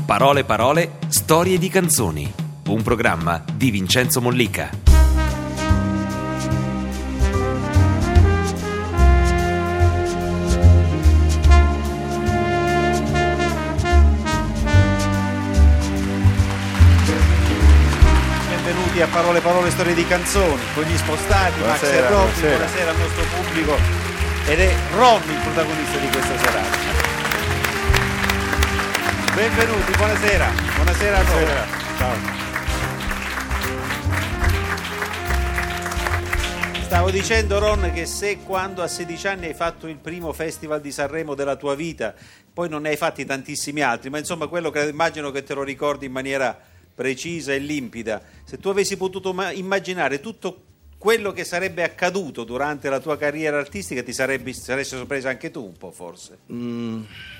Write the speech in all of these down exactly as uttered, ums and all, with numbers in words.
Parole parole, storie di canzoni. Un programma di Vincenzo Mollica. Benvenuti a Parole parole, storie di canzoni con gli spostati, Max e Robby. Buonasera. buonasera al nostro pubblico, ed è Ron il protagonista di questa serata. Benvenuti, buonasera. Buonasera a voi. Ciao. Stavo dicendo, Ron, che se quando a sedici anni hai fatto il primo festival di Sanremo della tua vita, poi non ne hai fatti tantissimi altri, ma insomma quello che immagino che te lo ricordi in maniera precisa e limpida, se tu avessi potuto ma- immaginare tutto quello che sarebbe accaduto durante la tua carriera artistica, ti sarebbe, saresti sorpresa anche tu un po', forse? Mm,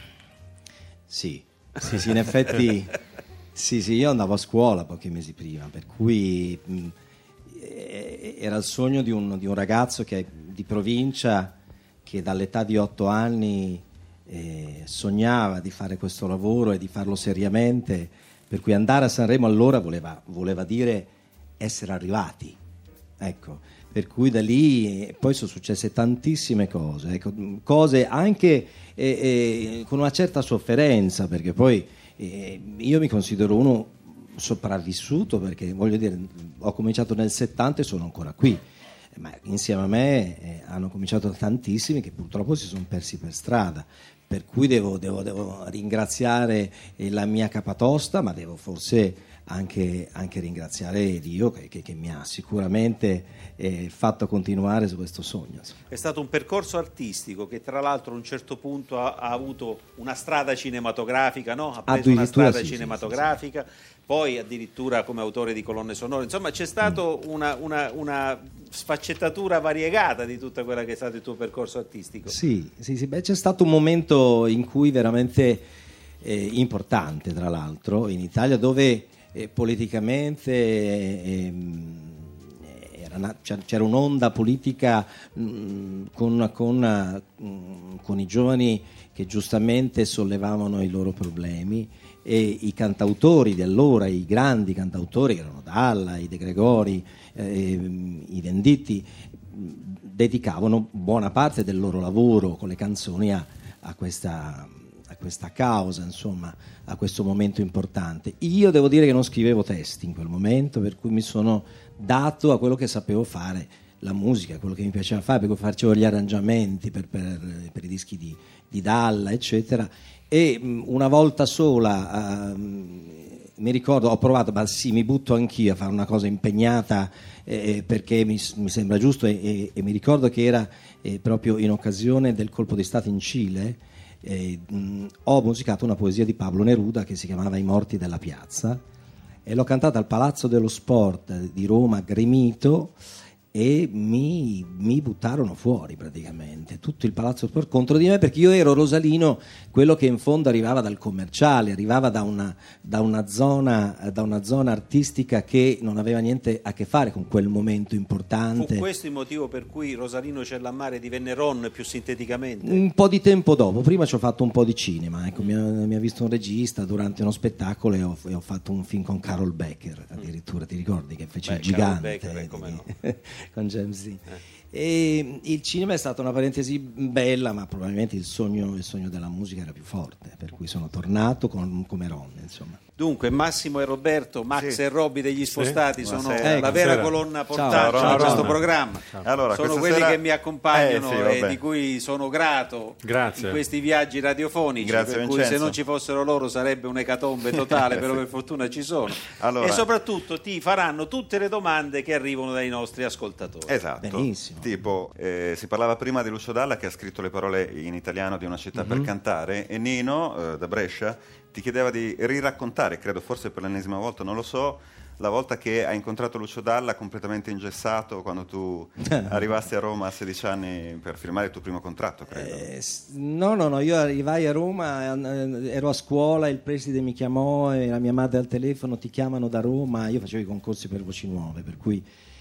sì. Sì, sì, in effetti sì, sì, io andavo a scuola pochi mesi prima, per cui mh, era il sogno di un, di un ragazzo che, di provincia che dall'età di otto anni eh, sognava di fare questo lavoro e di farlo seriamente, per cui andare a Sanremo allora voleva, voleva dire essere arrivati, ecco, per cui da lì poi sono successe tantissime cose, ecco, cose anche eh, eh, con una certa sofferenza, perché poi eh, io mi considero uno sopravvissuto, perché voglio dire, ho cominciato nel settanta e sono ancora qui, ma insieme a me eh, hanno cominciato tantissimi che purtroppo si sono persi per strada, per cui devo, devo, devo ringraziare eh, la mia capatosta, ma devo forse Anche, anche ringraziare Dio che, che, che mi ha sicuramente eh, fatto continuare su questo sogno. È stato un percorso artistico che tra l'altro a un certo punto ha, ha avuto una strada cinematografica, no? Ha preso una strada sì, cinematografica, sì, sì, sì. Poi addirittura come autore di colonne sonore, insomma c'è stato mm. una, una, una sfaccettatura variegata di tutta quella che è stato il tuo percorso artistico. Sì, sì, sì. Beh, c'è stato un momento in cui veramente eh, importante, tra l'altro, in Italia, dove E politicamente eh, era una, c'era un'onda politica mh, con, con, mh, con i giovani che giustamente sollevavano i loro problemi, e i cantautori di allora, i grandi cantautori che erano Dalla, i De Gregori, eh, i Venditti, dedicavano buona parte del loro lavoro con le canzoni a, a questa a questa causa, insomma, a questo momento importante. Io devo dire che non scrivevo testi in quel momento, per cui mi sono dato a quello che sapevo fare, la musica, quello che mi piaceva fare, perché facevo gli arrangiamenti per, per, per i dischi di, di Dalla, eccetera, e mh, una volta sola uh, mi ricordo, ho provato, ma sì, mi butto anch'io a fare una cosa impegnata eh, perché mi, mi sembra giusto, e, e, e mi ricordo che era eh, proprio in occasione del colpo di stato in Cile. Eh, mh, ho musicato una poesia di Pablo Neruda che si chiamava I morti della piazza, e l'ho cantata al Palazzo dello Sport di Roma, gremito, e mi, mi buttarono fuori praticamente tutto il Palazzo dello Sport contro di me, perché io ero Rosalino, quello che in fondo arrivava dal commerciale, arrivava da una, da una zona da una zona artistica che non aveva niente a che fare con quel momento importante. Fu questo il motivo per cui Rosalino Cellammare divenne Ron più sinteticamente? Un po' di tempo dopo, prima ci ho fatto un po' di cinema, ecco, mm. mi, ha, mi ha visto un regista durante uno spettacolo e ho, e ho fatto un film con Carol Becker, addirittura, mm. ti ricordi che fece Beh, il gigante Becker, come no. con James Dean. Eh. E il cinema è stata una parentesi bella, ma probabilmente il sogno, il sogno della musica era più forte, per cui sono tornato con, come Ron, insomma. Dunque Massimo e Roberto, Max sì. e Robby degli Spostati sì. sono Buonasera. la vera colonna portante di questo programma. Allora, sono quelli sera... che mi accompagnano eh, sì, e di cui sono grato Grazie. in questi viaggi radiofonici. Grazie, per cui Vincenzo. se non ci fossero loro sarebbe un'ecatombe totale, però per fortuna ci sono. Allora... E soprattutto ti faranno tutte le domande che arrivano dai nostri ascoltatori. Esatto. Benissimo. Tipo, eh, si parlava prima di Lucio Dalla, che ha scritto le parole in italiano di Una città mm-hmm. per cantare, e Nino eh, da Brescia ti chiedeva di riraccontare, credo forse per l'ennesima volta, non lo so, la volta che hai incontrato Lucio Dalla completamente ingessato quando tu arrivasti a Roma a sedici anni per firmare il tuo primo contratto, credo. Eh, no, no, no, io arrivai a Roma, eh, ero a scuola, il preside mi chiamò e la mia madre al telefono: ti chiamano da Roma. Io facevo i concorsi per Voci Nuove, per cui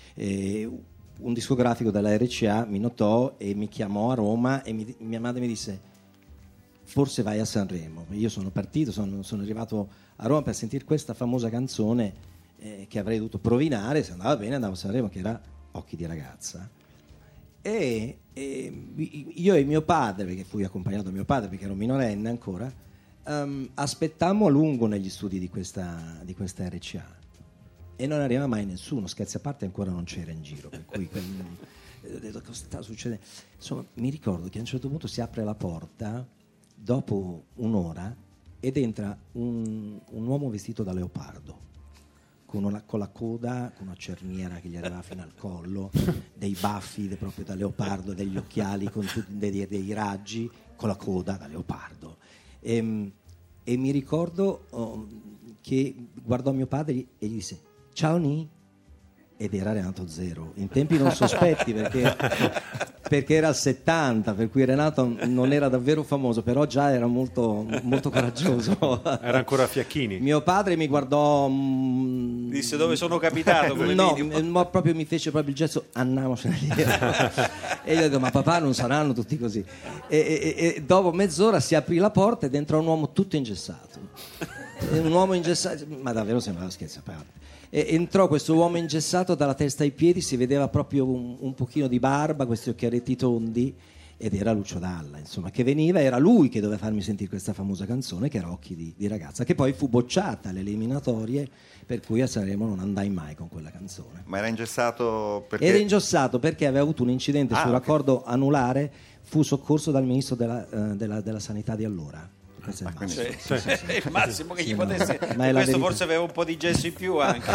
eh, un discografico della R C A mi notò e mi chiamò a Roma, e mi, mia madre mi disse: forse vai a Sanremo. Io sono partito, sono, sono arrivato a Roma per sentire questa famosa canzone eh, che avrei dovuto provinare, se andava bene andavo a Sanremo, che era Occhi di ragazza. E, e io e mio padre, perché fui accompagnato da mio padre perché ero minorenne ancora, um, aspettammo a lungo negli studi di questa, di questa R C A e non arrivava mai nessuno, scherzi a parte ancora non c'era in giro, per cui quel, ho detto, cosa sta succedendo? Insomma, mi ricordo che a un certo punto si apre la porta dopo un'ora ed entra un, un uomo vestito da leopardo con, una, con la coda, con una cerniera che gli arrivava fino al collo, dei baffi de, proprio da leopardo, degli occhiali con tutti dei, dei raggi, con la coda da leopardo. E, e mi ricordo oh, che guardò mio padre e gli disse ciao Ni, ed era Renato Zero, in tempi non sospetti perché, perché era il settanta, per cui Renato non era davvero famoso, però già era molto, molto coraggioso. Era ancora Fiacchini. Mio padre mi guardò, mh, disse dove sono capitato come no, minimo. m- proprio mi fece proprio il gesto andiamocene lì. E io ho detto ma papà non saranno tutti così, e, e, e dopo mezz'ora si aprì la porta ed entrò un uomo tutto ingessato, un uomo ingessato, ma davvero sembrava scherzo a parte. E entrò questo uomo ingessato dalla testa ai piedi, si vedeva proprio un, un pochino di barba, questi occhialetti tondi, ed era Lucio Dalla, insomma, che veniva, era lui che doveva farmi sentire questa famosa canzone che era Occhi di, di ragazza, che poi fu bocciata alle eliminatorie, per cui a Sanremo non andai mai con quella canzone. Ma era ingessato perché? Era ingessato perché aveva avuto un incidente Ah, sul ok. raccordo anulare, fu soccorso dal ministro della, eh, della, della sanità di allora. Questo è il massimo. Cioè, Sì, sì, sì. è il massimo che Sì, gli no, potesse, ma è la questo verità. forse aveva un po' di gesso in più anche.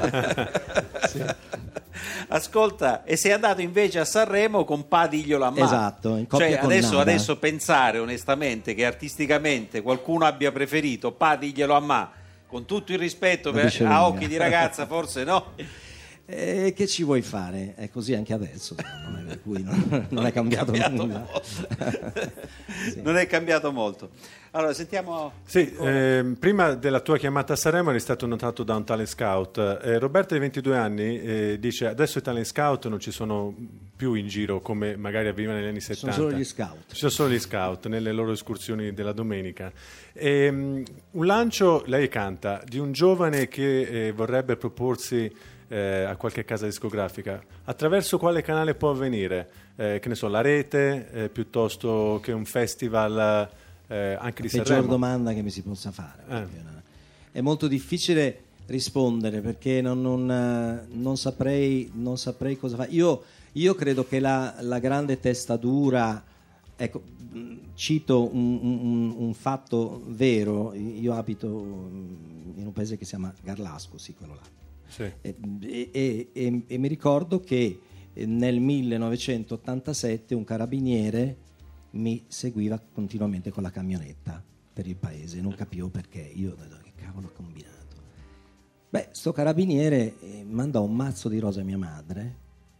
Ascolta, e sei andato invece a Sanremo con Padigliolo a mano. Esatto, in coppia cioè, con adesso, Nada. adesso pensare onestamente che artisticamente qualcuno abbia preferito Padigliolo a mano, con tutto il rispetto La per, dice a lunga. Occhi di ragazza, forse no. E che ci vuoi fare? È così anche adesso, secondo me, per cui non, non è cambiato, cambiato nulla. Sì. Non è cambiato molto. Allora, sentiamo. Sì, ehm, prima della tua chiamata a Sanremo eri stato notato da un talent scout. Eh, Roberta di ventidue anni eh, dice adesso i talent scout non ci sono più in giro come magari avveniva negli anni settanta. Sono solo gli scout. Ci sono solo gli scout nelle loro escursioni della domenica. Ehm, un lancio, lei canta, di un giovane che eh, vorrebbe proporsi eh, a qualche casa discografica. Attraverso quale canale può avvenire? Eh, che ne so, la rete, eh, piuttosto che un festival eh, anche di Peggior Sanremo? domanda che mi si possa fare. Eh. È molto difficile rispondere perché non, non, non saprei, non saprei cosa fare. Io, io credo che la, la grande testa dura, ecco, cito un, un, un fatto vero. Io abito in un paese che si chiama Garlasco, sì, quello là. Sì. E, e, e, e mi ricordo che nel millenovecentottantasette un carabiniere mi seguiva continuamente con la camionetta per il paese, non capivo perché. Io ho detto che cavolo ho combinato. Beh, sto carabiniere eh, mandò un mazzo di rose a mia madre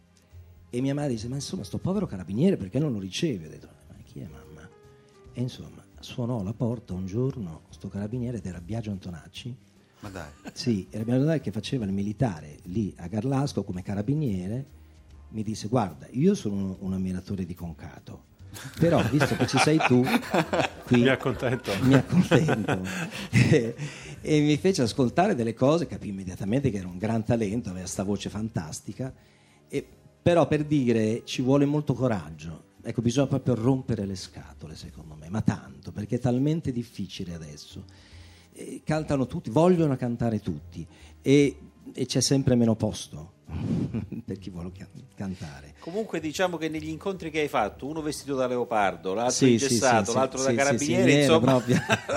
e mia madre dice ma insomma sto povero carabiniere perché non lo riceve? Ho detto ma chi è mamma? E insomma suonò alla porta un giorno sto carabiniere ed era Biagio Antonacci. Ma dai. Sì, era Biagio Antonacci che faceva il militare lì a Garlasco come carabiniere. Mi disse guarda io sono un, un ammiratore di Concato, però visto che ci sei tu qui Mi accontento. mi accontento. e, e mi fece ascoltare delle cose, capì immediatamente che era un gran talento, aveva sta voce fantastica, e, però per dire ci vuole molto coraggio, ecco, bisogna proprio rompere le scatole secondo me, ma tanto, perché è talmente difficile adesso. E cantano tutti, vogliono cantare tutti e, e c'è sempre meno posto per chi vuole can- cantare. Comunque diciamo che negli incontri che hai fatto, uno vestito da leopardo, l'altro Sì, ingessato, sì, sì, l'altro sì, da sì, carabiniere, sì, sì, insomma proprio.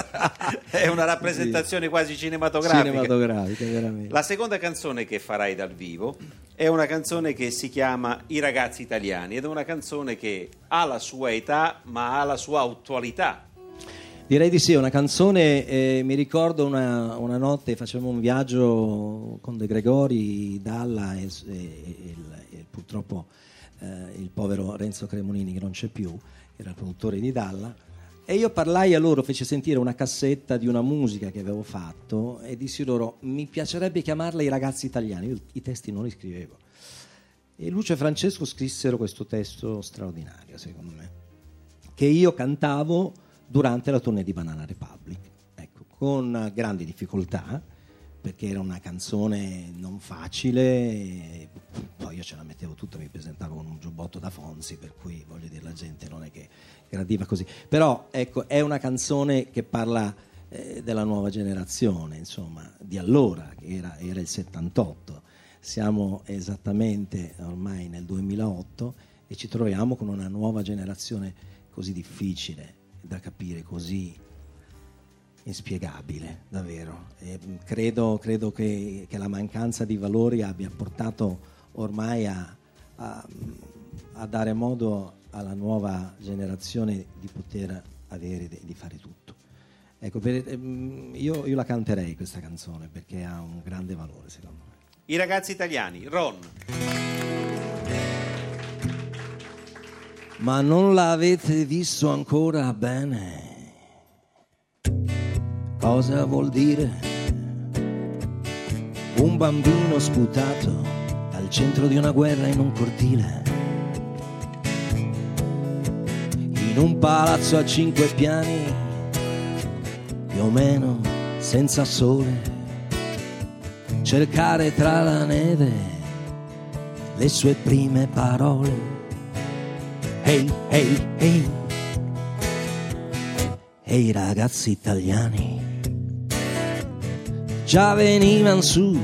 è una rappresentazione quasi cinematografica. Cinematografica, veramente. La seconda canzone che farai dal vivo è una canzone che si chiama I ragazzi italiani ed è una canzone che ha la sua età ma ha la sua attualità. Direi di sì, è una canzone, eh, mi ricordo una, una notte facevamo un viaggio con De Gregori, Dalla e, e, e, il, e purtroppo eh, il povero Renzo Cremonini che non c'è più, era il produttore di Dalla, e io parlai a loro, feci sentire una cassetta di una musica che avevo fatto e dissi loro mi piacerebbe chiamarla I ragazzi italiani, io i testi non li scrivevo. E Lucio e Francesco scrissero questo testo straordinario secondo me, che io cantavo durante la tournée di Banana Republic, ecco, con grandi difficoltà, perché era una canzone non facile, poi io ce la mettevo tutta, mi presentavo con un giubbotto da Fonzi, per cui voglio dire, la gente non è che gradiva così, però ecco, è una canzone che parla eh, della nuova generazione, insomma, di allora, che era, era il settantotto, siamo esattamente ormai nel duemilaotto e ci troviamo con una nuova generazione così difficile da capire, così inspiegabile, davvero. E credo credo che, che la mancanza di valori abbia portato ormai a, a, a dare modo alla nuova generazione di poter avere, di fare tutto. Ecco, per, io, io la canterei questa canzone perché ha un grande valore, secondo me. I ragazzi italiani, Ron. Ma non l'avete visto ancora bene? Cosa vuol dire un bambino sputato al centro di una guerra in un cortile, in un palazzo a cinque piani, più o meno senza sole, cercare tra la neve le sue prime parole. Ehi, ehi, ehi, ehi ragazzi italiani, già venivan su,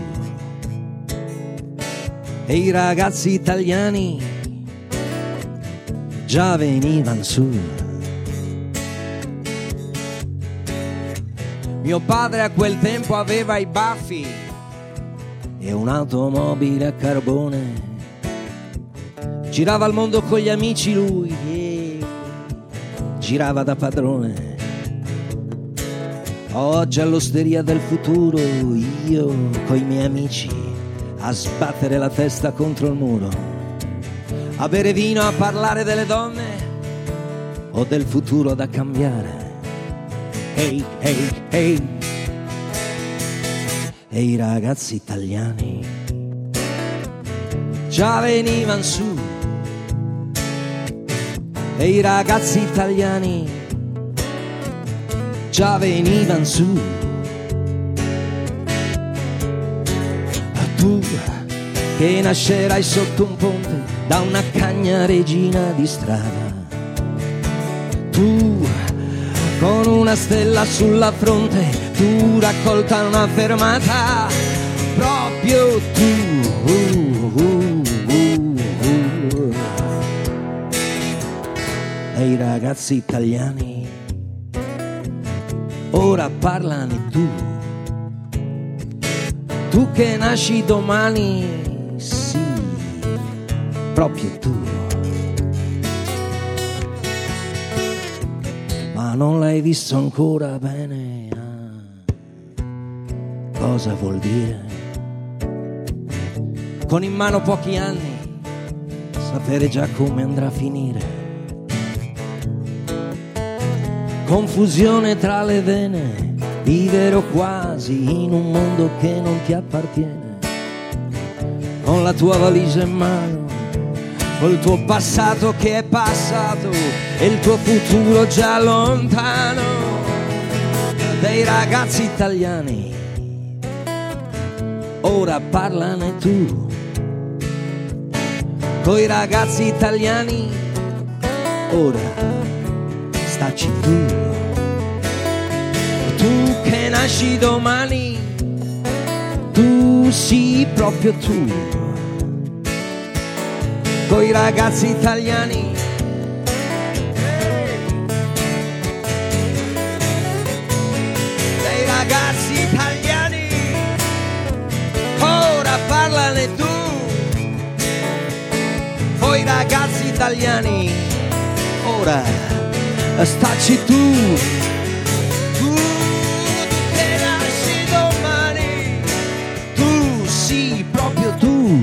e i ragazzi italiani già venivan su. Mio padre a quel tempo aveva i baffi e un'automobile a carbone, girava al mondo con gli amici lui, yeah. Girava da padrone. Oggi all'osteria del futuro io coi miei amici a sbattere la testa contro il muro, a bere vino, a parlare delle donne o del futuro da cambiare. Ehi, ehi, ehi, e i ragazzi italiani già venivan su, e i ragazzi italiani già venivan su. Ma tu che nascerai sotto un ponte da una cagna regina di strada, tu con una stella sulla fronte, tu raccolta una fermata, proprio tu. Uh, uh, uh, uh. E i ragazzi italiani ora parlane tu, tu che nasci domani, sì, proprio tu. Ma non l'hai visto ancora bene, ah, cosa vuol dire? Con in mano pochi anni, sapere già come andrà a finire. Confusione tra le vene, vivere o quasi in un mondo che non ti appartiene. Con la tua valigia in mano, col tuo passato che è passato e il tuo futuro già lontano. Dei ragazzi italiani, ora parlane tu. Coi ragazzi italiani, ora staci tu. Tu che nasci domani, tu sì, proprio tu. Coi ragazzi italiani, dei ragazzi italiani, ora parlane tu. Coi ragazzi italiani, ora staci tu. Tu che nasci domani, tu sì, proprio tu.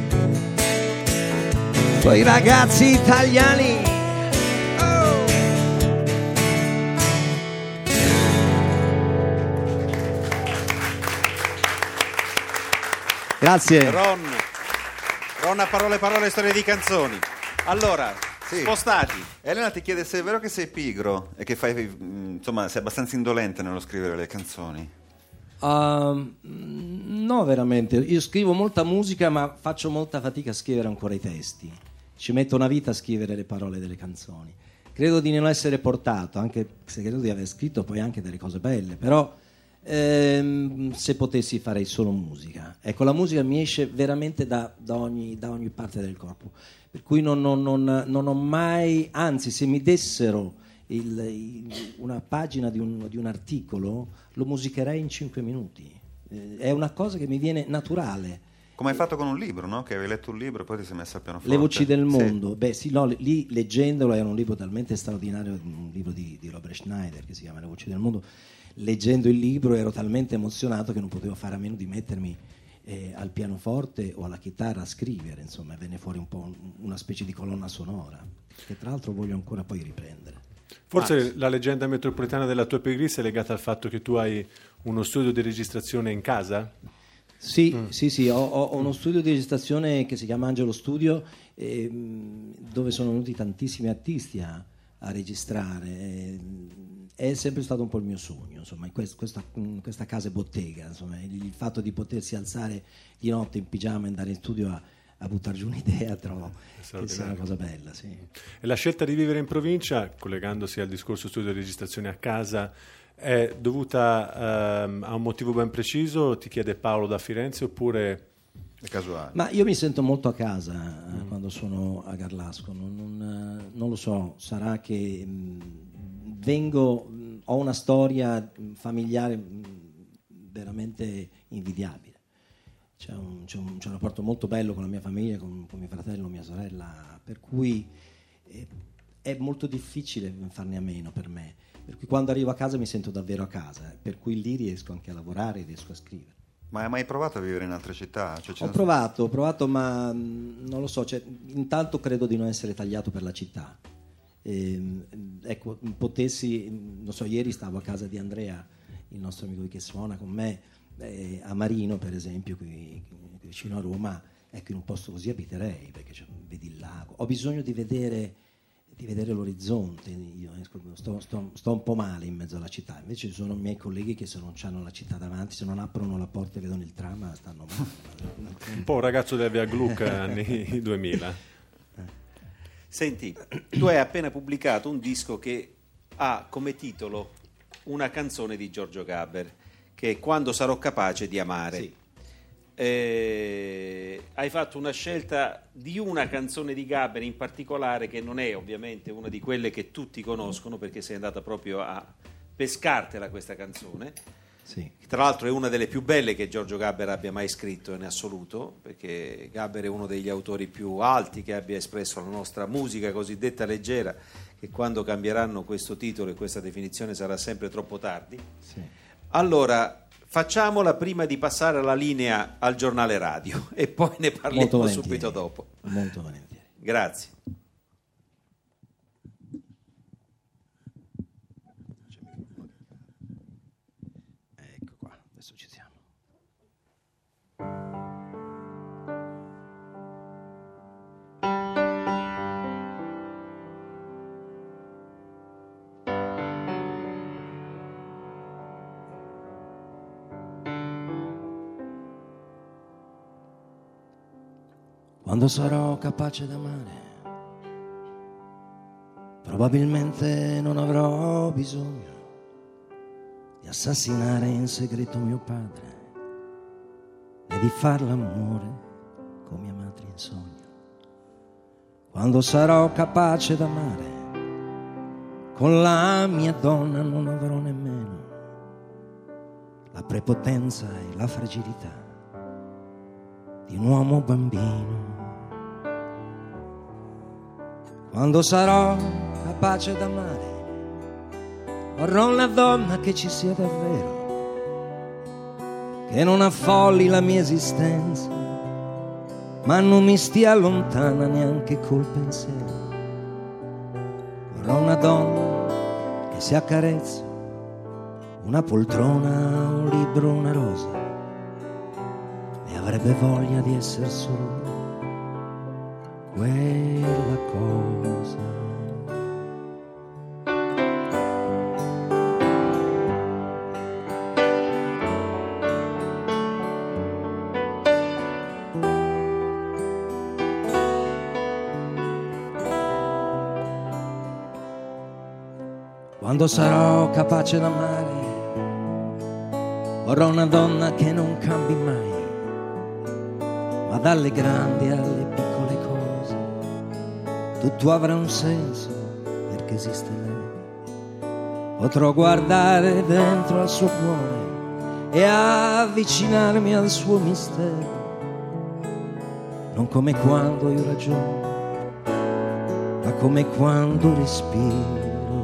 Coi ragazzi italiani, oh. Grazie. Ron, Ron a parole parole storie di canzoni. Allora, Sì. spostati. Elena ti chiede se è vero che sei pigro e che fai, insomma, sei abbastanza indolente nello scrivere le canzoni. Uh, no, veramente. Io scrivo molta musica, ma faccio molta fatica a scrivere ancora i testi. Ci metto una vita a scrivere le parole delle canzoni. Credo di non essere portato, anche se credo di aver scritto poi anche delle cose belle, però ehm, se potessi farei solo musica. Ecco, la musica mi esce veramente da, da, ogni, da ogni parte del corpo, per cui non, non, non, non ho mai, anzi, se mi dessero il, il, una pagina di un, di un articolo, lo musicherei in cinque minuti. Eh, è una cosa che mi viene naturale. Come hai fatto con un libro, no? Che avevi letto un libro e poi ti sei messo al pianoforte. Le voci del mondo. Sì. Beh sì, no, lì leggendolo era un libro talmente straordinario, un libro di, di Robert Schneider che si chiama Le voci del mondo. Leggendo il libro ero talmente emozionato che non potevo fare a meno di mettermi eh, al pianoforte o alla chitarra a scrivere, insomma, venne fuori un po' una specie di colonna sonora, che tra l'altro voglio ancora poi riprendere. Forse Max. La leggenda metropolitana della tua pigrizia è legata al fatto che tu hai uno studio di registrazione in casa? Sì, Mm. sì, sì, ho, ho uno studio di registrazione che si chiama Angelo Studio, ehm, dove sono venuti tantissimi artisti a, a registrare. Eh, è sempre stato un po' il mio sogno, insomma, in quest, questa, in questa casa bottega, insomma, il, il fatto di potersi alzare di notte in pigiama e andare in studio a, a buttare giù un'idea, trovo che sia una cosa bella, sì. E la scelta di vivere in provincia, collegandosi al discorso studio di registrazione a casa, è dovuta ehm, a un motivo ben preciso? Ti chiede Paolo da Firenze, oppure È casuale. Ma io mi sento molto a casa mm. quando sono a Garlasco, non, non, non lo so, sarà che mh, vengo, mh, ho una storia mh, familiare mh, veramente invidiabile. C'è un, c'è, un, c'è un rapporto molto bello con la mia famiglia, con, con mio fratello, mia sorella, per cui eh, è molto difficile farne a meno per me. Per cui quando arrivo a casa mi sento davvero a casa, per cui lì riesco anche a lavorare, riesco a scrivere. Ma hai mai provato a vivere in altre città? Cioè, Ho provato, ho provato, ma mh, non lo so, cioè, intanto credo di non essere tagliato per la città. E, ecco, potessi, non so, ieri stavo a casa di Andrea, il nostro amico che suona con me, eh, a Marino per esempio, qui, qui vicino a Roma. Ecco, in un posto così abiterei, perché cioè, vedi il lago. Ho bisogno di vedere... di vedere l'orizzonte. Io sto, sto, sto un po' male in mezzo alla città, invece ci sono miei colleghi che se non hanno la città davanti, se non aprono la porta e vedono il tram, stanno male. un po' un ragazzo della via Gluck anni duemila. Senti, tu hai appena pubblicato un disco che ha come titolo una canzone di Giorgio Gaber, che è Quando sarò capace di amare. Sì. Eh, hai fatto una scelta di una canzone di Gaber in particolare, che non è ovviamente una di quelle che tutti conoscono, perché sei andata proprio a pescartela questa canzone. Sì. Tra l'altro è una delle più belle che Giorgio Gaber abbia mai scritto in assoluto, perché Gaber è uno degli autori più alti che abbia espresso la nostra musica cosiddetta leggera, che quando cambieranno questo titolo e questa definizione sarà sempre troppo tardi. Sì. Allora facciamola prima di passare la linea al giornale radio e poi ne parliamo subito dopo. Molto volentieri. Grazie. Ecco qua, adesso ci siamo. Quando sarò capace d'amare, probabilmente non avrò bisogno di assassinare in segreto mio padre e di far l'amore con mia madre in sogno. Quando sarò capace d'amare, con la mia donna non avrò nemmeno la prepotenza e la fragilità di un uomo bambino. Quando sarò capace d'amare, vorrò una donna che ci sia davvero, che non affolli la mia esistenza, ma non mi stia lontana neanche col pensiero. Vorrò una donna che si accarezza, una poltrona, un libro, una rosa, e avrebbe voglia di essere solo. quella cosa. Quando sarò capace d'amare, vorrò una donna che non cambi mai, ma dalle grandi alle piccole cose tutto avrà un senso perché esiste lei. Potrò guardare dentro al suo cuore e avvicinarmi al suo mistero, non come quando io ragiono, ma come quando respiro.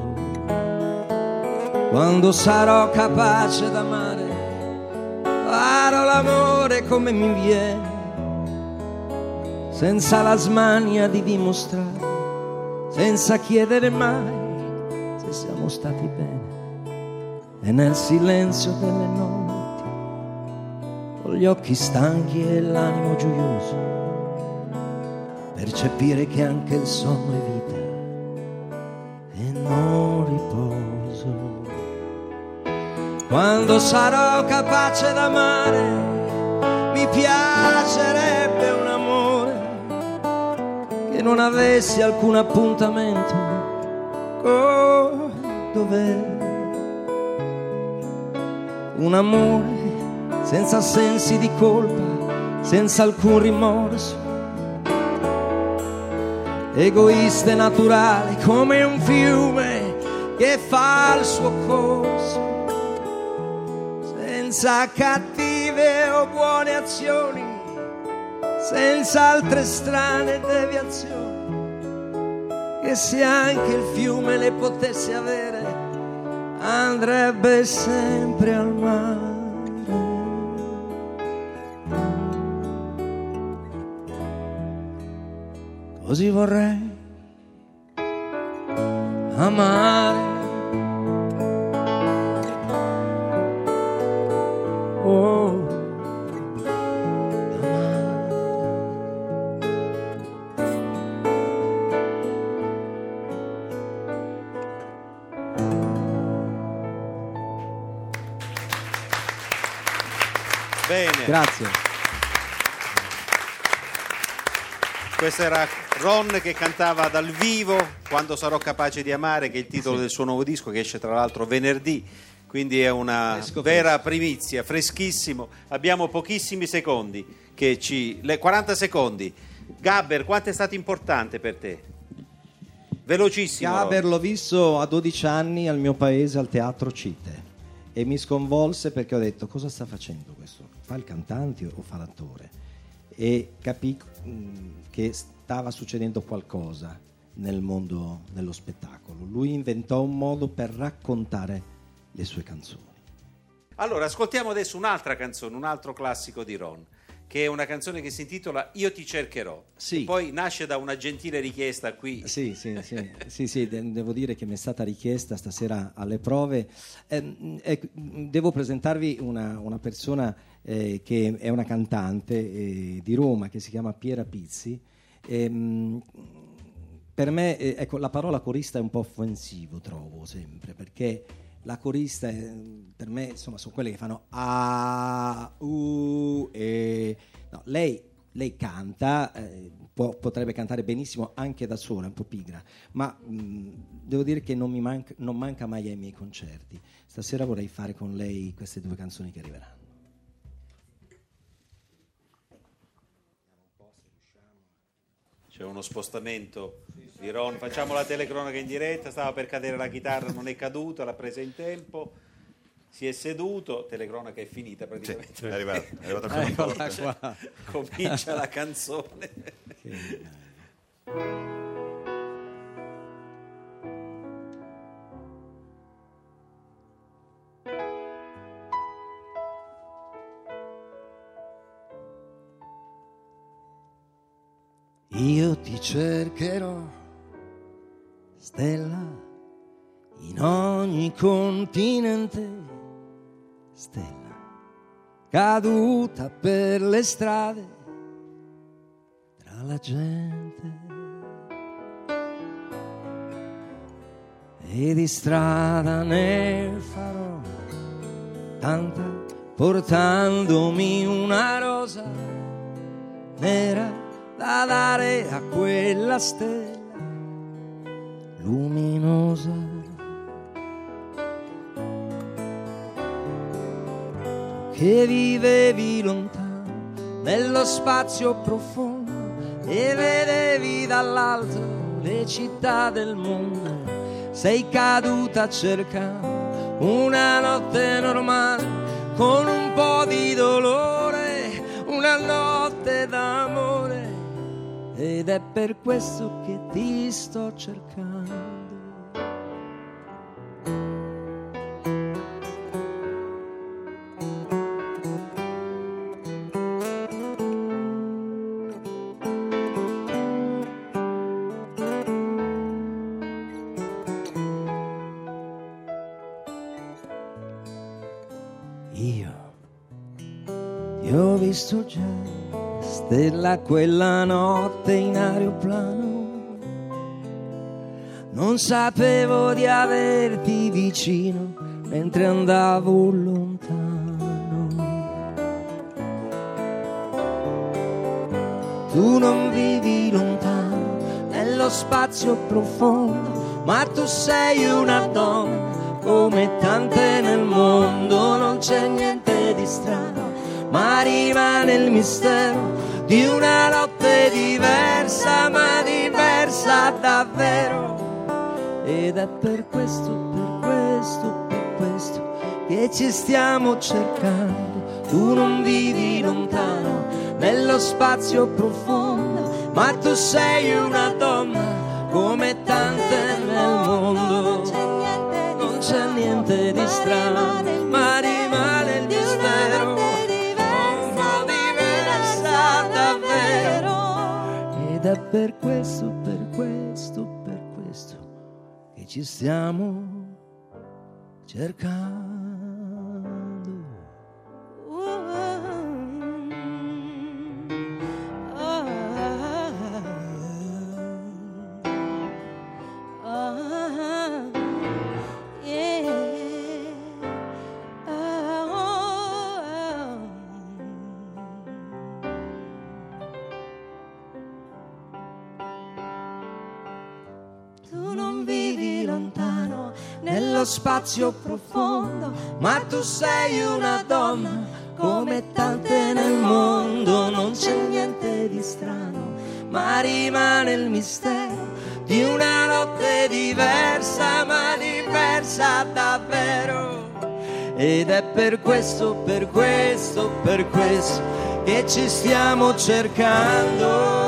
Quando sarò capace d'amare, farò l'amore come mi viene, senza la smania di dimostrare, senza chiedere mai se siamo stati bene. E nel silenzio delle notti, con gli occhi stanchi e l'animo gioioso, percepire che anche il sonno è vita e non riposo. Quando sarò capace d'amare, mi piacerebbe un amore che non avessi alcun appuntamento con dov'è. Un amore senza sensi di colpa, senza alcun rimorso, egoista e naturale come un fiume che fa il suo corso, senza cattive o buone azioni, senza altre strane deviazioni, che se anche il fiume le potesse avere, andrebbe sempre al mare. Così vorrei amare. Oh, bene. Grazie. Questo era Ron che cantava dal vivo Quando sarò capace di amare, che è il titolo Sì. del suo nuovo disco che esce tra l'altro venerdì. Quindi è una Fresco, vera fresco. primizia, freschissimo. Abbiamo pochissimi secondi, che ci... le quaranta secondi. Gabber, quanto è stato importante per te? Velocissimo. Gaber l'ho visto a dodici anni al mio paese al Teatro Cite e mi sconvolse perché ho detto: cosa sta facendo questo? Fa il cantante o fa l'attore? E capì mh, che stava succedendo qualcosa nel mondo dello spettacolo. Lui inventò un modo per raccontare le sue canzoni. Allora, ascoltiamo adesso un'altra canzone, un altro classico di Ron, che è una canzone che si intitola Io ti cercherò. Sì. E poi nasce da una gentile richiesta qui. Sì, sì, sì, sì, sì, de- devo dire che mi è stata richiesta stasera alle prove. Eh, eh, devo presentarvi una, una persona eh, che è una cantante eh, di Roma, che si chiama Piera Pizzi. Ehm, per me, eh, ecco, la parola corista è un po' offensivo, trovo sempre, perché la corista è, per me, insomma, sono quelle che fanno a, u, e no, lei, lei canta, eh, può, potrebbe cantare benissimo anche da sola, è un po' pigra, ma mh, devo dire che non mi manca, non manca mai ai miei concerti. Stasera vorrei fare con lei queste due canzoni che arriveranno. C'è uno spostamento di Ron, facciamo la telecronaca in diretta, stava per cadere la chitarra, non è caduta, l'ha presa in tempo, si è seduto, telecronaca è finita praticamente. Sì, è arrivato, è arrivato al primo Eccola corte. qua. Comincia la canzone. Che- Io ti cercherò, stella, in ogni continente, stella, caduta per le strade, tra alla gente e di strada ne farò tanta, portandomi una rosa nera da dare a quella stella luminosa. Che vivevi lontano nello spazio profondo e vedevi dall'alto le città del mondo, sei caduta cercando una notte normale con un po' di dolore, una notte d'amore, ed è per questo che ti sto cercando. Io ti ho visto già, stella, quella notte in aeroplano, non sapevo di averti vicino mentre andavo lontano. Tu non vivi lontano nello spazio profondo, ma tu sei una donna come tante nel mondo, non c'è niente di strano, ma rimane il mistero di una notte diversa, ma diversa davvero. Ed è per questo, per questo, per questo che ci stiamo cercando. Tu non vivi lontano nello spazio profondo, ma tu sei una donna come tante nel mondo. Non c'è niente di strano, ma rimane il mistero, un po' diversa davvero. Ed è per questo, per questo, per questo che ci stiamo cercando. Nello spazio profondo, ma tu sei una donna come tante nel mondo. Non c'è niente di strano, ma rimane il mistero di una notte diversa, ma diversa davvero. Ed è per questo, per questo, per questo che ci stiamo cercando.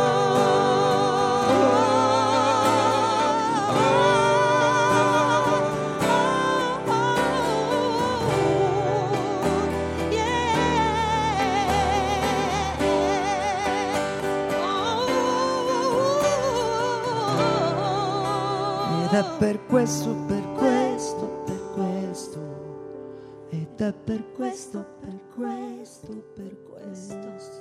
Ed è per questo, per questo, per questo, ed è per questo, per questo, per questo.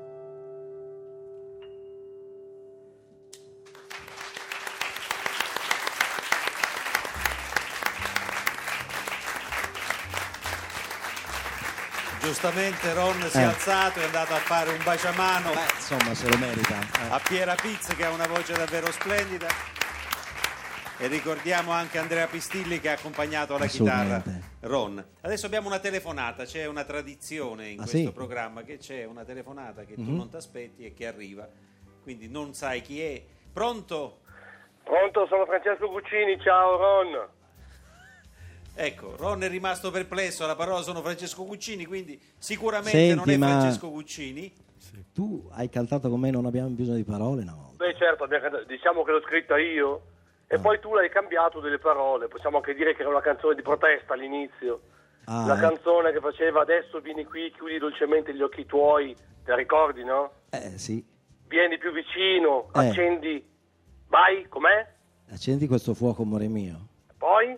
Giustamente Ron si è Eh. alzato e è andato a fare un baciamano Beh, insomma, se lo merita. eh. a Piera Pizz, che ha una voce davvero splendida. E ricordiamo anche Andrea Pistilli che ha accompagnato alla chitarra Assolutamente. Ron. Adesso abbiamo una telefonata, c'è una tradizione in Ah, questo sì? programma che c'è una telefonata che tu Mhm. non ti aspetti e che arriva, quindi non sai chi è. Pronto? Pronto, sono Francesco Guccini, ciao Ron. Ecco, Ron è rimasto perplesso, la parola sono Francesco Guccini, quindi sicuramente Senti, non è ma- Francesco Guccini. Tu hai cantato con me, non abbiamo bisogno di parole, no? Beh certo, abbiamo cantato- diciamo che l'ho scritta io e poi tu l'hai cambiato delle parole, possiamo anche dire che era una canzone di protesta all'inizio. Ah, la eh. canzone che faceva "Adesso vieni qui, chiudi dolcemente gli occhi tuoi", te la ricordi, no? Eh sì, Vieni più vicino, Eh. accendi, vai, com'è? accendi questo fuoco, amore mio. Poi?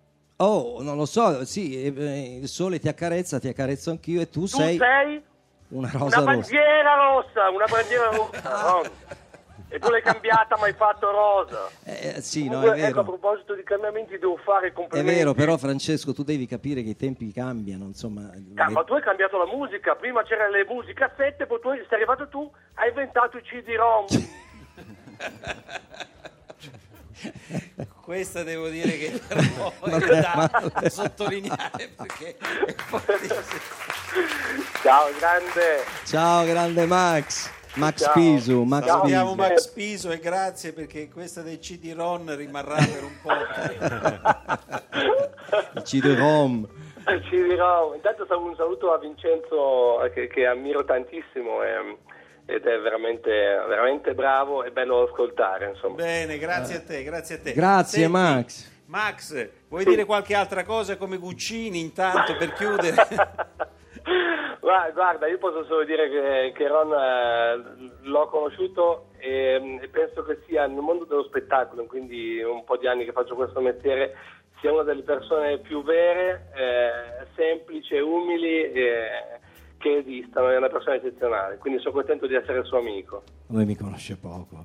Oh, non lo so, sì, eh, il sole ti accarezza, ti accarezzo anch'io e tu, Tu sei... sei? una rosa una rossa. bandiera rossa, una bandiera rossa, Ron. E tu l'hai cambiata, ma hai fatto rosa. Eh, sì, no, Comunque, è ecco, a vero. proposito di cambiamenti, devo fare È complimenti. vero, però Francesco, tu devi capire che i tempi cambiano, insomma. Ah, le- ma tu hai cambiato la musica, prima c'erano le musicassette, poi tu sei arrivato tu, hai inventato i C D-ROM. Questa devo dire che però Non è è da, male. da sottolineare perché è fortissimo. Ciao, grande. Ciao grande Max, Max Ciao. Pisu, Max Ciao. Salutiamo Pisu. Max Piso e grazie perché questa dei C D-ROM rimarrà per un po'. il C D-ROM. Ci dirò. Intanto saluto- un saluto a Vincenzo eh, che, che ammiro tantissimo e, ed è veramente, veramente bravo e bello da ascoltare, insomma. Bene, grazie a te, grazie a te. Grazie, Senti, Max. Max, vuoi dire qualche altra cosa come Guccini intanto per chiudere? Ma guarda, io posso solo dire che, che Ron eh, l'ho conosciuto e, e penso che sia nel mondo dello spettacolo, quindi un po' di anni che faccio questo mestiere, sia una delle persone più vere, eh, semplici e umili eh, che esistano, è una persona eccezionale, quindi sono contento di essere suo amico. Lui mi conosce poco.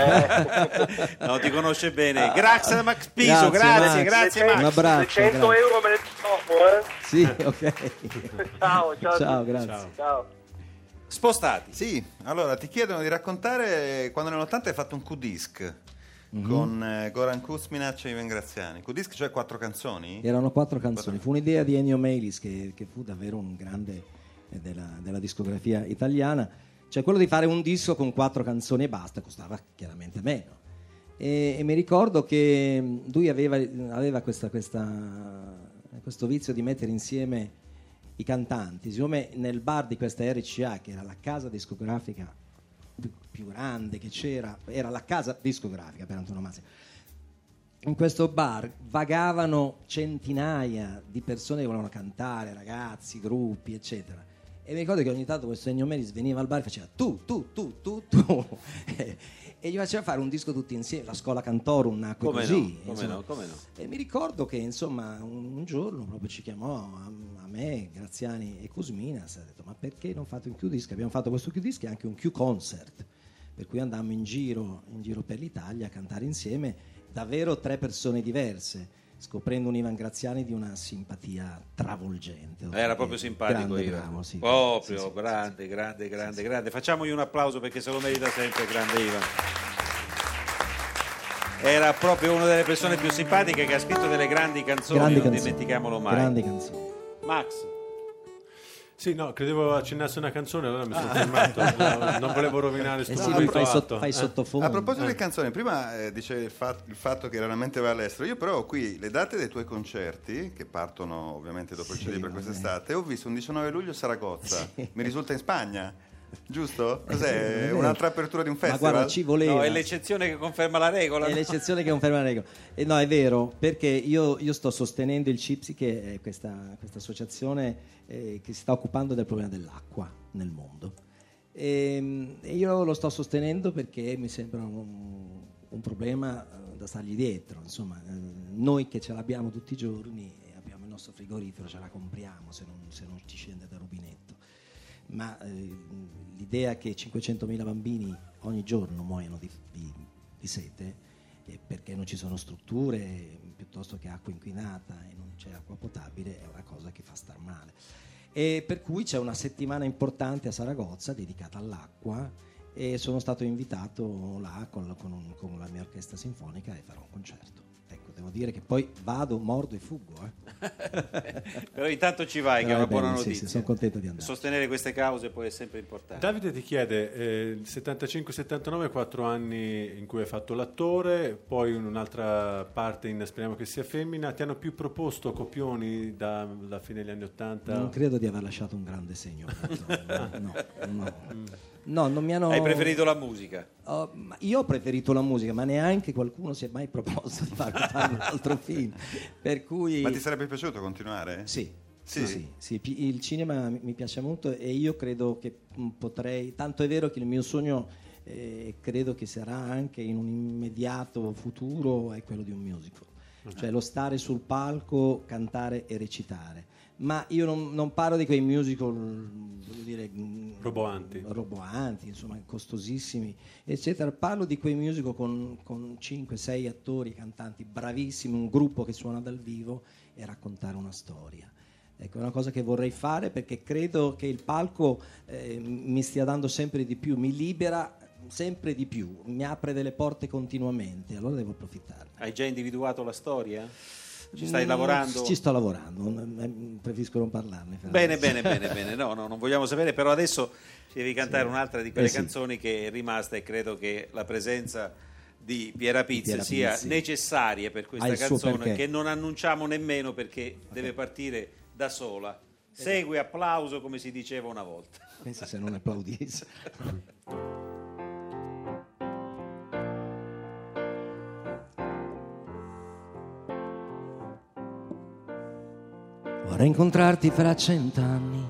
No, ti conosce bene. Grazie a Max Piso, Grazie, grazie, Max. grazie Le Un Max. abbraccio, le cento grazie. euro me le dopo, eh? Sì, ok. Ciao, ciao. a Ciao, tutti. grazie. Ciao. Spostati. Sì, allora ti chiedono di raccontare quando nell'ottanta hai fatto un Q-disc Mhm. con eh, Goran Kuzminac e Ivan Graziani. Q-disc, cioè quattro canzoni? Erano quattro canzoni, fu un'idea di Ennio Melis che, che fu davvero un grande eh, della, della discografia italiana, cioè quello di fare un disco con quattro canzoni e basta, costava chiaramente meno. E, e mi ricordo che mh, lui aveva, aveva questa, questa, questo vizio di mettere insieme i cantanti, siccome nel bar di questa R C A, che era la casa discografica più, più grande che c'era, era la casa discografica per antonomasia, in questo bar vagavano centinaia di persone che volevano cantare, ragazzi, gruppi, eccetera. E mi ricordo che ogni tanto questo Ennio Melis veniva al bar e faceva tu, tu, tu, tu, tu e gli faceva fare un disco tutti insieme. La Scola Cantorum nacque Come così, no, come insomma. no, come no. E mi ricordo che insomma un, un giorno proprio ci chiamò a, a me, Graziani e Kuzminas, ha detto ma perché non fate un Q-disc? Abbiamo fatto questo Q-disc e anche un Q-concert, per cui andammo in giro, in giro per l'Italia a cantare insieme davvero tre persone diverse, scoprendo un Ivan Graziani di una simpatia travolgente. Era proprio simpatico grande, Ivan. bravo, sì. Proprio Sì, sì, grande, sì, grande, sì, grande, sì. grande. Facciamogli un applauso perché se lo merita sempre, grande Ivan. Era proprio una delle persone più simpatiche che ha scritto delle grandi canzoni, Grandi non canzoni. dimentichiamolo mai. Grandi canzoni. Max, Sì, no, credevo accennassi una canzone, allora mi sono fermato. No, non volevo rovinare Eh sto sì, lui momento fai, atto. sotto, fai Eh. sottofondo. A proposito di canzoni, prima eh, dice il, fat- il fatto che raramente vai all'estero. Io però ho qui le date dei tuoi concerti, che partono ovviamente dopo Sì, il C D per vabbè. quest'estate. Ho visto un diciannove luglio a Saragozza, Sì. mi risulta in Spagna, giusto? Eh sì, Cos'è? è vero. Un'altra apertura di un Ma festival? guarda, ci voleva. no, è l'eccezione che conferma la regola. È no? l'eccezione che conferma la regola. E no, è vero, perché io, io sto sostenendo il CIPSI, che è questa, questa associazione eh, che si sta occupando del problema dell'acqua nel mondo. E, e io lo sto sostenendo perché mi sembra un, un problema eh, da stargli dietro. Insomma, eh, noi che ce l'abbiamo tutti i giorni, e abbiamo il nostro frigorifero, ce la compriamo se non, se non ci scende dal rubinetto. Ma eh, l'idea che cinquecentomila bambini ogni giorno muoiono di, di, di sete eh, perché non ci sono strutture piuttosto che acqua inquinata e non c'è acqua potabile è una cosa che fa star male. E per cui c'è una settimana importante a Saragozza dedicata all'acqua e sono stato invitato là con, con, un, con la mia orchestra sinfonica e farò un concerto. Ecco, devo dire che poi vado, mordo e fuggo. Eh. Però intanto ci vai, che è Però una è buona bello, sì, notizia. sì, sono contento di andare. Sostenere queste cause poi è sempre importante. Davide ti chiede, eh, settantacinque settantanove, quattro anni in cui hai fatto l'attore, poi in un'altra parte in Speriamo che sia femmina, ti hanno più proposto copioni da- dalla fine degli anni Ottanta? Non credo di aver lasciato un grande segno. No, no, no. No, non mi hanno... Hai preferito la musica? Oh, ma io ho preferito la musica, ma neanche qualcuno si è mai proposto di farmi fare un altro film. Per cui... Ma ti sarebbe piaciuto continuare? Sì, Sì? sì, sì, sì. Pi- il cinema mi mi piace molto e io credo che mh, potrei, tanto è vero che il mio sogno eh, credo che sarà anche in un immediato futuro è quello di un musical, cioè lo stare sul palco, cantare e recitare. Ma io non, non parlo di quei musical, voglio dire, le, roboanti. roboanti, insomma, costosissimi, eccetera. Parlo di quei musical con, con cinque sei attori, cantanti bravissimi, un gruppo che suona dal vivo e raccontare una storia. Ecco, è una cosa che vorrei fare perché credo che il palco eh, mi stia dando sempre di più, mi libera sempre di più, mi apre delle porte continuamente, allora devo approfittarne. Hai già individuato la storia? Ci stai Mm, lavorando? Ci sto lavorando, mm, preferisco non parlarne. Bene, bene, bene, bene. No, no, non vogliamo sapere, però adesso ci devi cantare Sì. un'altra di quelle Eh sì. canzoni che è rimasta e credo che la presenza di Piera Pizzi Piera sia Pizzi. necessaria per questa Ha il suo canzone perché. che non annunciamo nemmeno perché deve partire da sola. Segui applauso come si diceva una volta. Pensa se non applaudissi. Vorrei incontrarti fra cent'anni.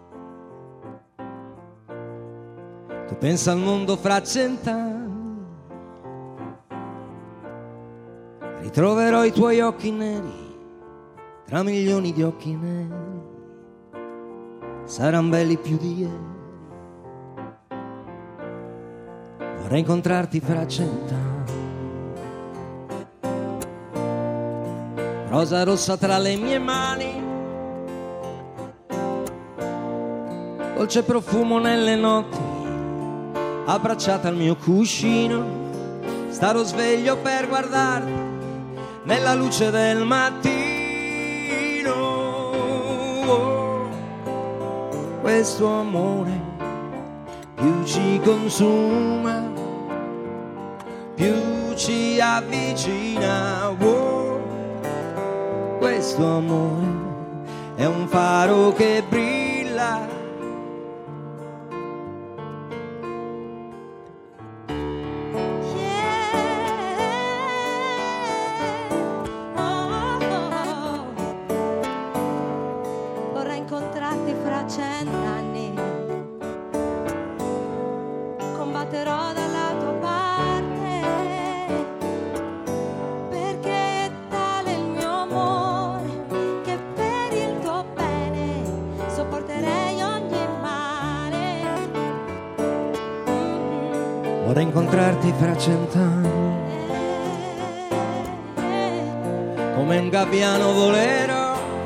Tu pensa al mondo fra cent'anni. Ritroverò i tuoi occhi neri tra milioni di occhi neri. Saranno belli più di ieri. Vorrei incontrarti fra cent'anni. Rosa rossa tra le mie mani, dolce profumo nelle notti, abbracciata al mio cuscino. Starò sveglio per guardarti nella luce del mattino. Oh, questo amore più ci consuma, più ci avvicina. Oh, questo amore è un faro che brilla. Vorrei incontrarti fra cent'anni, combatterò dalla tua parte, perché è tale il mio amore che per il tuo bene sopporterei ogni male. Mm. Vorrei incontrarti fra cent'anni, come un gabbiano volerò.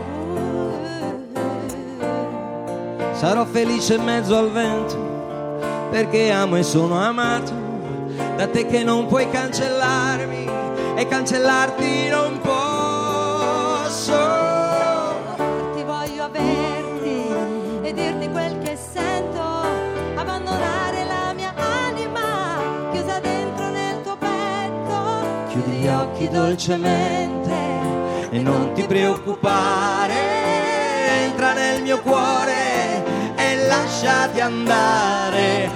Sarò felice in mezzo al vento, perché amo e sono amato da te che non puoi cancellarmi e cancellarti non posso. Ti voglio averti e dirti quel che sento, abbandonare la mia anima chiusa dentro nel tuo petto. Chiudi gli occhi dolcemente e non ti preoccupare, entra nel mio cuore e lasciati andare.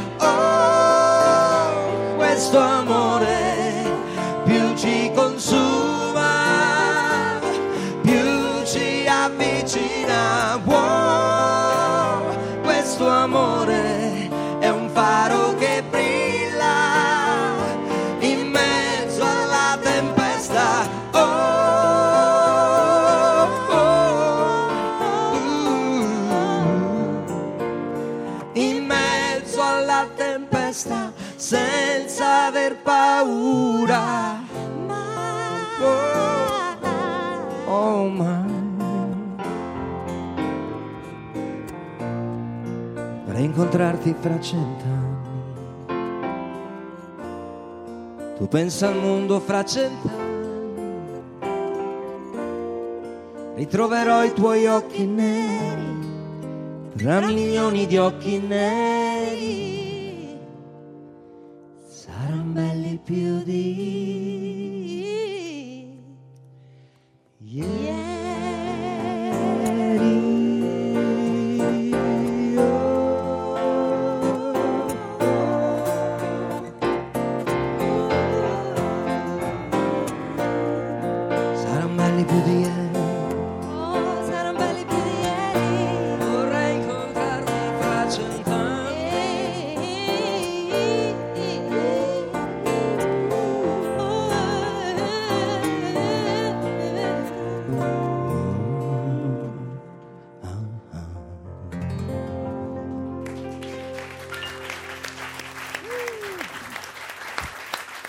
Oh, questo amore più ci consuma, più ci avvicina. Oh, questo amore è un faro che brilla in mezzo alla tempesta. Oh, senza aver paura. Oh, oh my. Vorrei incontrarti fra cent'anni. Tu pensa al mondo fra cent'anni. Ritroverò i tuoi occhi neri tra milioni di occhi neri. Saranno belli più di ieri. Saranno belli più di ieri. Oh, saranno belli più di ieri. Vorrei incontrarti fra cent'anni.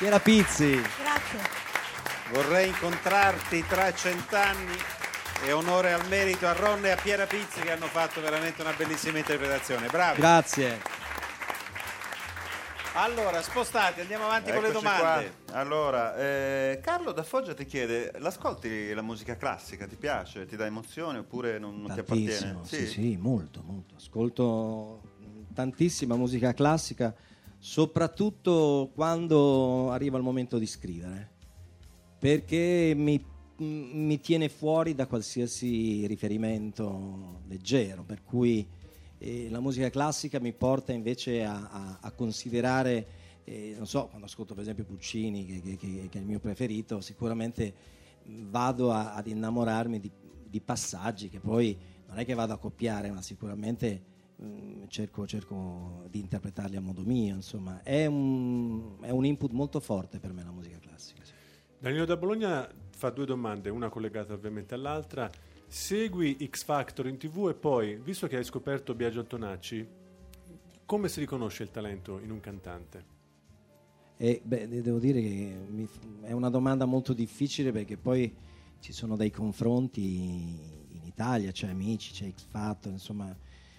Piera Pizzi. Grazie. Vorrei incontrarti tra cent'anni e onore al merito a Ron e a Piera Pizzi che hanno fatto veramente una bellissima interpretazione. Bravi. Grazie. Allora, spostate, andiamo avanti con le Eccoci domande. qua. Allora, eh, Carlo da Foggia ti chiede, l'ascolti la musica classica, ti piace, ti dà emozione oppure non, non ti appartiene? Tantissimo, sì, sì, molto, molto. Ascolto tantissima musica classica, soprattutto quando arriva il momento di scrivere, perché mi, mi tiene fuori da qualsiasi riferimento leggero, per cui eh, la musica classica mi porta invece a, a, a considerare, eh, non so, quando ascolto per esempio Puccini, che, che, che, che è il mio preferito, sicuramente vado a, ad innamorarmi di, di passaggi che poi non è che vado a copiare, ma sicuramente mh, cerco, cerco di interpretarli a modo mio. Insomma, è un, è un input molto forte per me la musica classica. Sì. Danilo da Bologna fa due domande, una collegata ovviamente all'altra. Segui X Factor in tv e poi, visto che hai scoperto Biagio Antonacci, come si riconosce il talento in un cantante? E, beh, devo dire che mi, è una domanda molto difficile, perché poi ci sono dei confronti in Italia, c'è Amici, c'è X Factor, insomma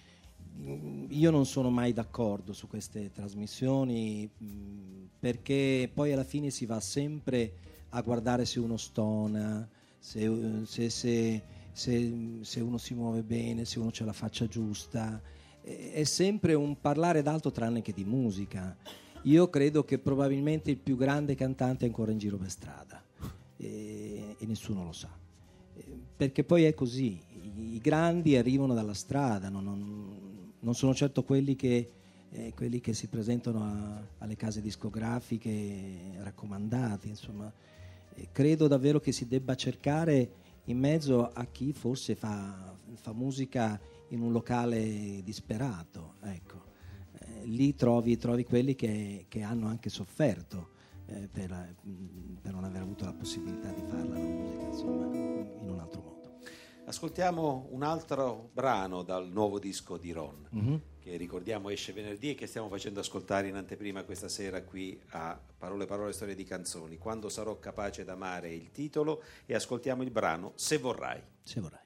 io non sono mai d'accordo su queste trasmissioni, perché poi alla fine si va sempre a guardare se uno stona, se, se, se, se, se uno si muove bene, se uno ha la faccia giusta. È sempre un parlare d'altro tranne che di musica. Io credo che probabilmente il più grande cantante è ancora in giro per strada, e, e nessuno lo sa, perché poi è così, i, i grandi arrivano dalla strada, non, non, non sono certo quelli che, eh, quelli che si presentano a, alle case discografiche raccomandati, insomma. Eh, credo davvero che si debba cercare in mezzo a chi forse fa, fa musica in un locale disperato, ecco. Lì trovi, trovi quelli che, che hanno anche sofferto eh, per, per non aver avuto la possibilità di farla la musica, insomma, in un altro modo. Ascoltiamo un altro brano dal nuovo disco di Ron, Mm-hmm. che ricordiamo esce venerdì e che stiamo facendo ascoltare in anteprima questa sera qui a Parole Parole Storie di Canzoni. Quando sarò capace d'amare è il titolo, e ascoltiamo il brano Se vorrai. Se vorrai.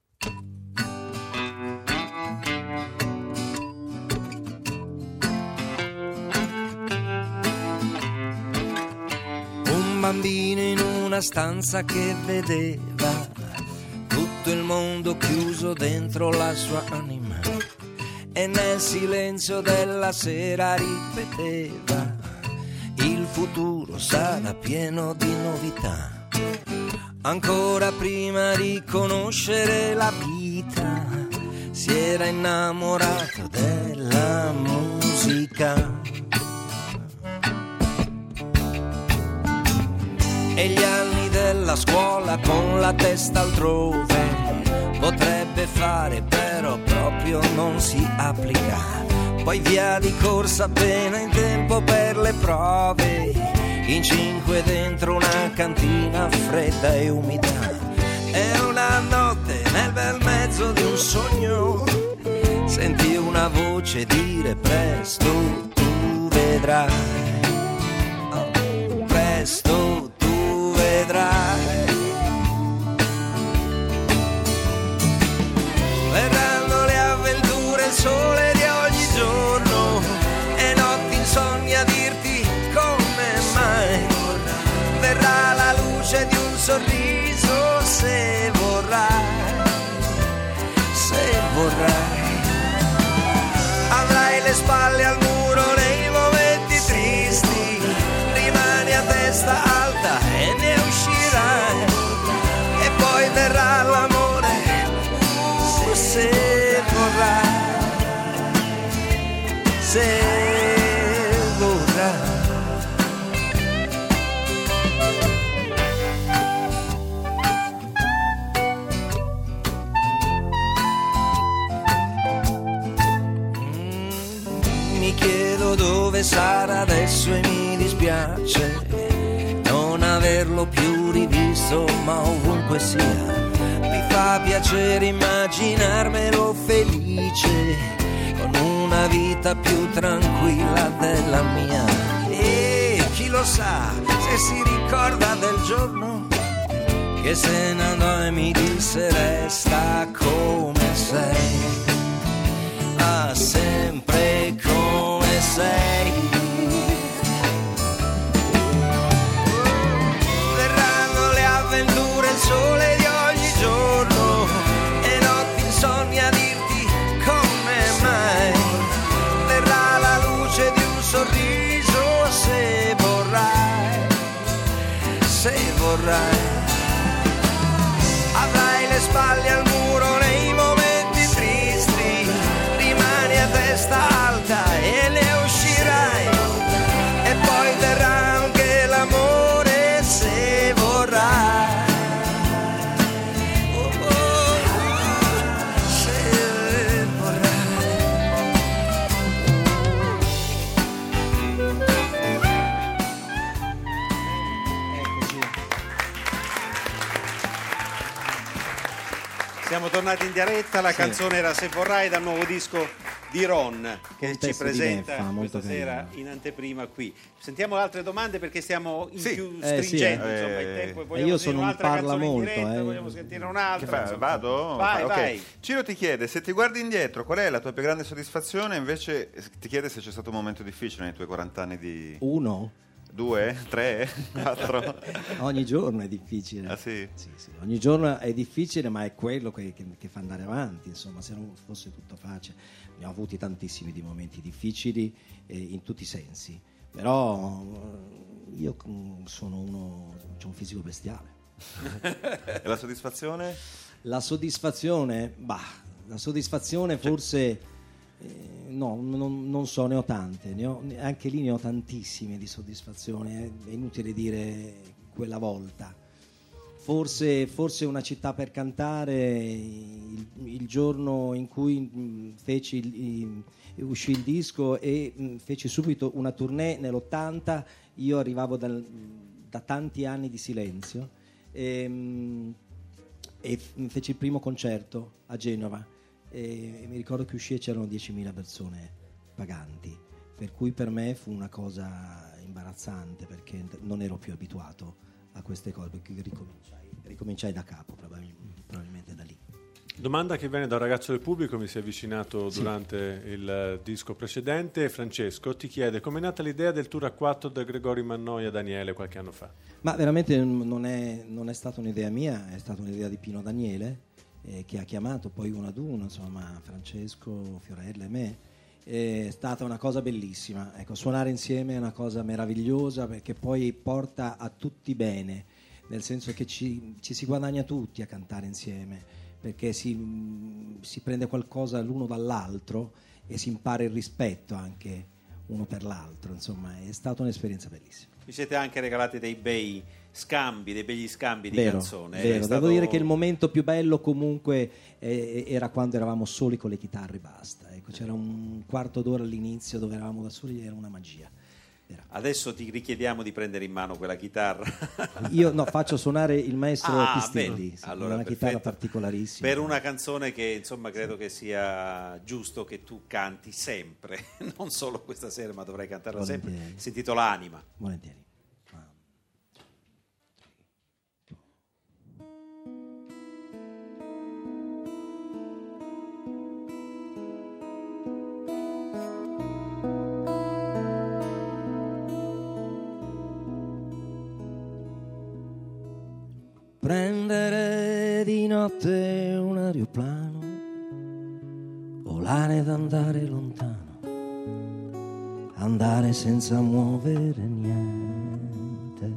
Un bambino in una stanza che vedeva tutto il mondo chiuso dentro la sua anima, e nel silenzio della sera ripeteva: il futuro sarà pieno di novità. Ancora prima di conoscere la vita si era innamorato della musica. E gli anni della scuola con la testa altrove potrebbe fare, però proprio non si applica. Poi via di corsa appena in tempo per le prove, in cinque dentro una cantina fredda e umida. E una notte nel bel mezzo di un sogno sentì una voce dire: presto tu vedrai, oh, presto vedrai, verranno le avventure, il sole di ogni giorno e notti insonni a dirti come mai. Verrà la luce di un sorriso se vorrai, se vorrai. Avrai le spalle al muro nei momenti tristi, rimani a testa alta e ne uscirai, e poi verrà l'amore, uh, se vorrai, se vorrai. Mm, mi chiedo dove sarà adesso e mi dispiace non averlo più rivisto, ma ovunque sia mi fa piacere immaginarmelo felice, con una vita più tranquilla della mia. E chi lo sa se si ricorda del giorno che se ne andò e mi disse resta come sei, ah, sempre come sei. Verranno le avventure, il sole di ogni giorno e notti insonni a dirti come mai. Verrà la luce di un sorriso se vorrai, se vorrai. Avrai le spalle al muro nei momenti tristi, rimani a testa alta e ne uscirai. E poi verrà anche l'amore se vorrai. Oh, oh, oh, se vorrai. Eccoci. Siamo tornati in diretta, la Sì. canzone era Se vorrai dal nuovo disco di Ron che Un ci testo di presenta Neffa, molto questa sera carino. in anteprima qui. Sentiamo altre domande perché stiamo in Sì. più Eh, sì, stringendo eh. insomma, il Eh, tempo. io Vogliamo sono sentire un un'altra parla canzone in molto, diretta, eh. vogliamo sentire Che un'altra. fa? insomma. Vado? Vai, Ok. vai. Ciro ti chiede se ti guardi indietro qual è la tua più grande soddisfazione, invece ti chiede se c'è stato un momento difficile nei tuoi quaranta anni di... Uno? Due? Tre? Quattro? Ogni giorno è difficile. Ah sì? Sì, sì, ogni giorno è difficile, ma è quello che, che- che fa andare avanti. Insomma, se non fosse tutto facile. Abbiamo avuti tantissimi di momenti difficili eh, in tutti i sensi. Però eh, io mm, sono uno, c'ho un fisico bestiale. E la soddisfazione? La soddisfazione, bah, la soddisfazione forse eh, no, non, non so, ne ho tante, ne ho, anche lì ne ho tantissime di soddisfazioni, eh, è inutile dire quella volta. Forse, forse una città per cantare, il, il giorno in cui mh, feci il, il- uscì il disco e mh, feci subito una tournée nell'ottanta, io arrivavo dal- da tanti anni di silenzio e, mh, e f- feci il primo concerto a Genova e, e mi ricordo che uscì e c'erano diecimila persone paganti, per cui per me fu una cosa imbarazzante perché non ero più abituato a queste cose, perché ricominciai, ricominciai da capo probabil- probabilmente da lì. Domanda che viene da un ragazzo del pubblico, mi si è avvicinato Sì. durante il disco precedente. Francesco ti chiede come è nata l'idea del tour a quattro da Gregorio Mannoia a Daniele qualche anno fa. Ma veramente non è, non è stata un'idea mia, è stata un'idea di Pino Daniele eh, che ha chiamato poi uno ad uno, insomma, Francesco, Fiorella e me. È stata una cosa bellissima, ecco, suonare insieme è una cosa meravigliosa perché poi porta a tutti bene, nel senso che ci, ci si guadagna tutti a cantare insieme, perché si, si prende qualcosa l'uno dall'altro e si impara il rispetto anche uno per l'altro, insomma è stata un'esperienza bellissima. Vi siete anche regalati dei bei scambi, dei begli scambi di Vero, canzone. vero. È stato- Devo dire che il momento più bello comunque eh, era quando eravamo soli con le chitarre e basta. Ecco, c'era un quarto d'ora all'inizio dove eravamo da soli, era una magia. Era. Adesso ti richiediamo di prendere in mano quella chitarra. Io no, faccio suonare il maestro Ah, Pistelli, bene. sì, Allora, una chitarra perfetto. particolarissima. Per una canzone che insomma credo che sia giusto che tu canti sempre, non solo questa sera, ma dovrai cantarla sempre. Volentieri. Si intitola Anima. Volentieri. Prendere di notte un aeroplano, volare ed andare lontano, andare senza muovere niente.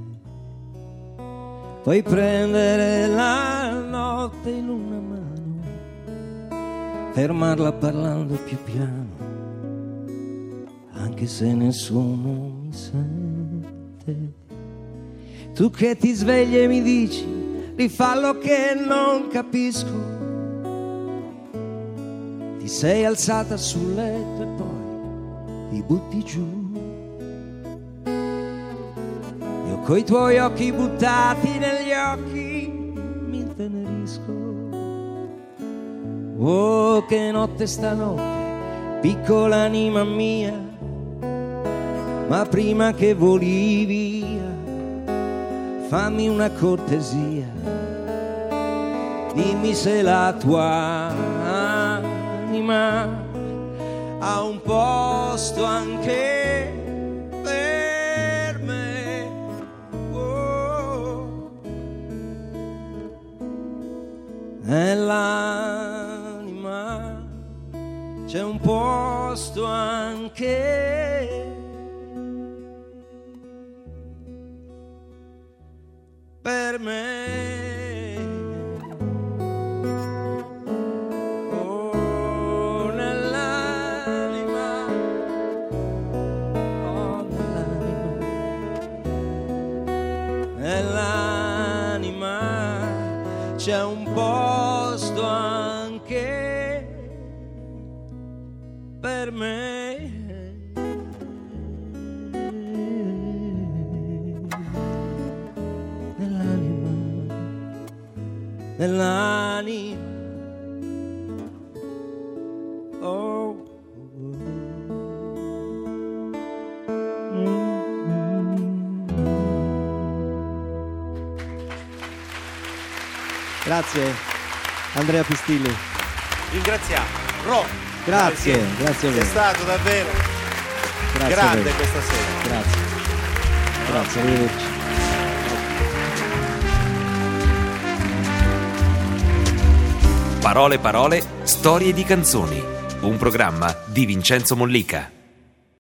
Poi prendere la notte in una mano, fermarla parlando più piano, anche se nessuno mi sente. Tu che ti svegli e mi dici rifallo che non capisco, ti sei alzata sul letto e poi ti butti giù. Io coi tuoi occhi buttati negli occhi mi intenerisco. Oh, che notte stanotte, piccola anima mia, ma prima che voli via, fammi una cortesia, dimmi se la tua anima ha un posto anche per me. Oh. Nell'anima c'è un posto anche per me. Oh, nell'anima, oh, nell'anima, nell'anima c'è un posto anche per me. Nell'anima, oh, mm-hmm. Grazie Andrea Pistilli. Ringraziamo Ron. Grazie, Grazie, grazie a voi. È stato davvero Grazie grande questa sera. Grazie. Grazie, arrivederci. Parole parole, storie di canzoni. Un programma di Vincenzo Mollica.